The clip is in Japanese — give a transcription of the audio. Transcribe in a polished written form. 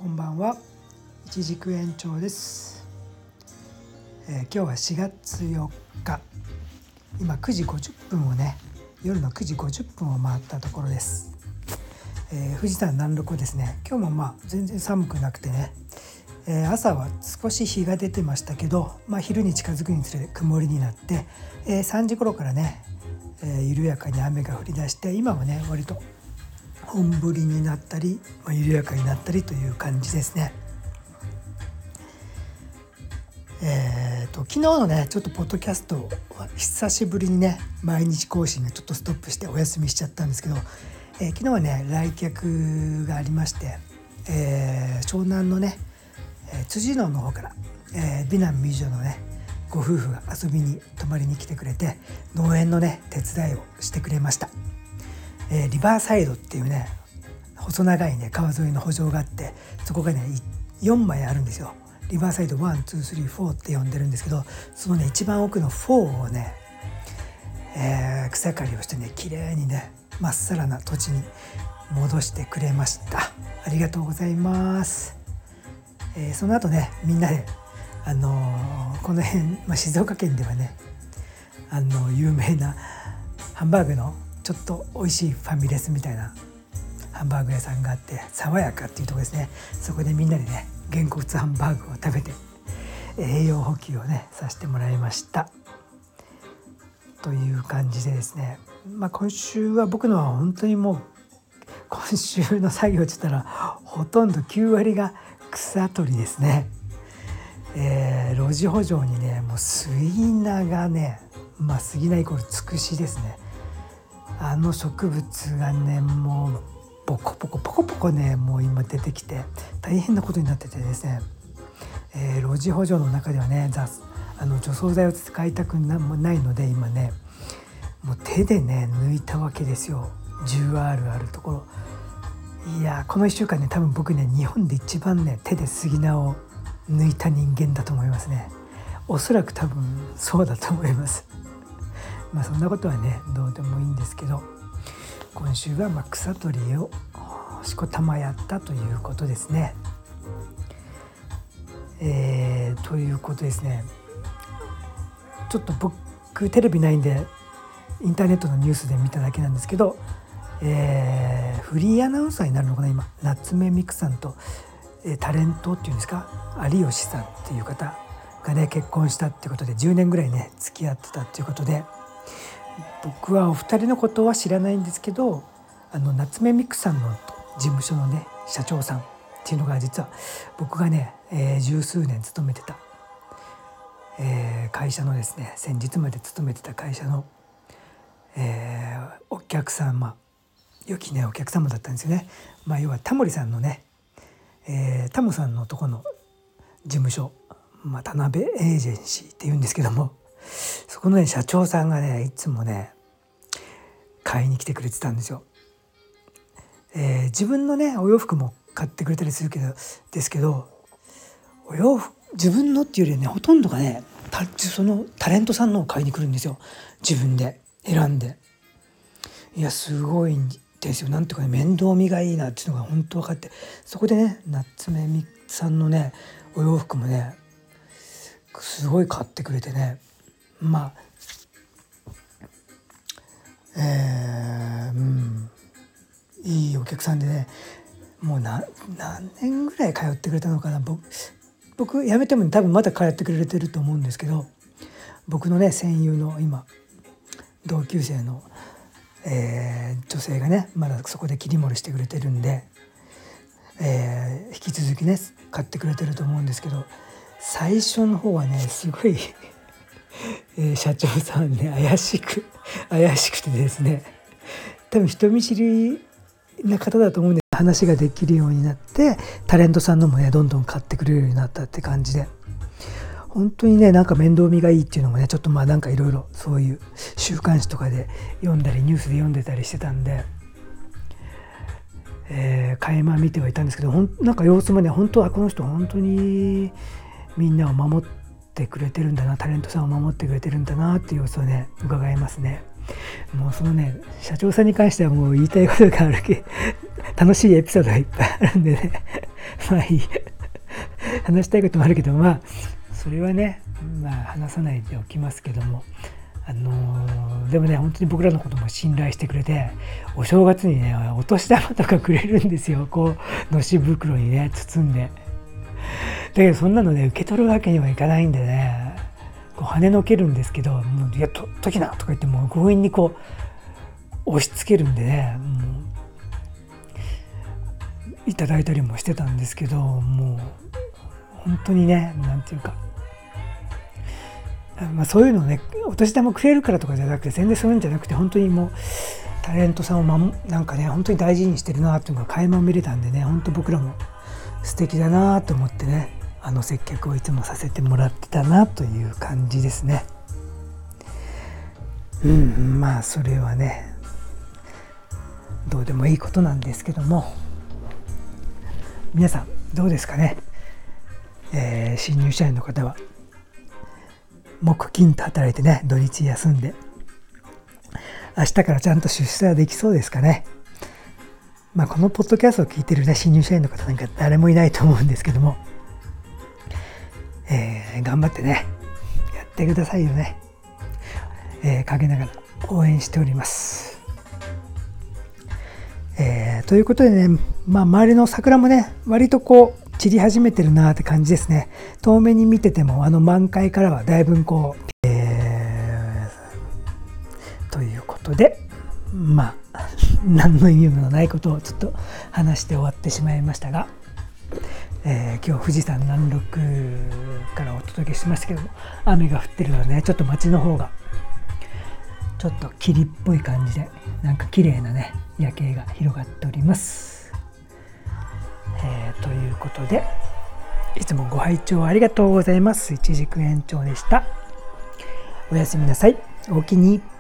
こんばんは、一軸延長です。今日は4月4日、今9時50分をね、夜の9時50分を回ったところです。富士山南麓ですね。今日も全然寒くなくてね、朝は少し日が出てましたけど、昼に近づくにつれ曇りになって、3時頃からね、緩やかに雨が降り出して、今はね割と本降りになったり、緩やかになったりという感じですね。昨日のねちょっとポッドキャストは久しぶりにね毎日更新がちょっとストップしてお休みしちゃったんですけど、昨日はね来客がありまして、湘南のね、辻野の方から、美男美女のねご夫婦が遊びに泊まりに来てくれて、農園のね手伝いをしてくれました。リバーサイドっていうね細長いね川沿いの歩道があって、そこがね4枚あるんですよ。リバーサイド1、2、3、4って呼んでるんですけど、そのね一番奥の4をね、草刈りをしてね綺麗にねまっさらな土地に戻してくれました。ありがとうございます。その後ねみんなでこの辺、静岡県ではね有名なハンバーグのちょっと美味しいファミレスみたいなハンバーグ屋さんがあって、爽やかっていうところですね。そこでみんなでねげんこつハンバーグを食べて栄養補給をねさせてもらいましたという感じでですね、今週は僕のは本当にもう今週の作業って言ったらほとんど9割が草取りですね。路地補助にねもう杉菜がね、杉菜イコールつくしですね。植物がねもうポコポコねもう今出てきて大変なことになっててですね、路地補助の中ではね除草剤を使いたくないので今ねもう手でね抜いたわけですよ。10あるところ。いやこの1週間ね多分僕ね日本で一番ね手で杉菜を抜いた人間だと思いますね。おそらく多分そうだと思います。そんなことはねどうでもいいんですけど、今週は草取りをしこたまやったということですね。ということですね。ちょっと僕テレビないんでインターネットのニュースで見ただけなんですけど、フリーアナウンサーになるのかな今、夏目みくさんと、タレントっていうんですか、有吉さんっていう方がね結婚したっていうことで10年ぐらいね付き合ってたっていうことで、僕はお二人のことは知らないんですけど、夏目みくさんの事務所のね社長さんっていうのが実は僕がね、十数年勤めてた、会社のですね、先日まで勤めてた会社の、お客様、良きねお客様だったんですよね。要はタモリさんのね、タモさんのとこの事務所、田辺エージェンシーっていうんですけども、そこのね社長さんがねいつもね買いに来てくれてたんですよ。自分のねお洋服も買ってくれたりするですけど、お洋服自分のっていうよりねほとんどがねそのタレントさんのを買いに来るんですよ。自分で選んで。いやすごいんですよ。なんていうかね面倒見がいいなっていうのが本当分かって、そこでね夏目みさんのねお洋服もねすごい買ってくれてね、いいお客さんでね、もう何年ぐらい通ってくれたのかな。僕辞めても多分まだ通ってくれてると思うんですけど、僕のね戦友の今同級生の、女性がねまだそこで切り盛りしてくれてるんで、引き続きね買ってくれてると思うんですけど、最初の方はねすごい社長さんね怪しくてですね、多分人見知りな方だと思うんで、話ができるようになってタレントさんのもねどんどん買ってくれるようになったって感じで、本当にねなんか面倒見がいいっていうのもねちょっとなんかいろいろそういう週刊誌とかで読んだりニュースで読んでたりしてたんで、垣間見てはいたんですけど、なんか様子もね本当はこの人本当にみんなを守ってくれてるんだな、タレントさんを守ってくれてるんだなっていう様子をね伺えますね。もうそのね社長さんに関してはもう言いたいことがある楽しいエピソードがいっぱいあるんでねまあいい話したいこともあるけど、それはね、話さないでおきますけども、でもね、本当に僕らのことも信頼してくれて、お正月にね、お年玉とかくれるんですよ。こうのし袋にね包んで。だけどそんなのね受け取るわけにはいかないんでね、こう跳ねのけるんですけど、もういやとっときなとか言って、もう強引にこう押し付けるんでね、いただいたりもしてたんですけど、もう本当にね、なんていうか、そういうのね、お年玉くれるからとかじゃなくて、全然そういうんじゃなくて、本当にもうタレントさんをなんかね、本当に大事にしてるなっていうのが垣間見れたんでね、本当僕らも素敵だなと思ってね、接客をいつもさせてもらってたなという感じですね。それはね、どうでもいいことなんですけども、皆さんどうですかね。新入社員の方は木金と働いてね、土日休んで明日からちゃんと出社はできそうですかね。このポッドキャストを聞いてるね、新入社員の方なんか誰もいないと思うんですけども、頑張ってねやってくださいよね。陰ながら応援しております。ということでね、周りの桜もね割とこう散り始めてるなって感じですね。遠目に見てても満開からはだいぶこう、ということで何の意味もないことをちょっと話して終わってしまいましたが、今日富士山南麓からお届けしましたけども、雨が降ってるのでね、ちょっと街の方がちょっと霧っぽい感じで、なんか綺麗なね夜景が広がっております。ということで、いつもご拝聴ありがとうございます。いちじく園長でした。おやすみなさい。おおきに。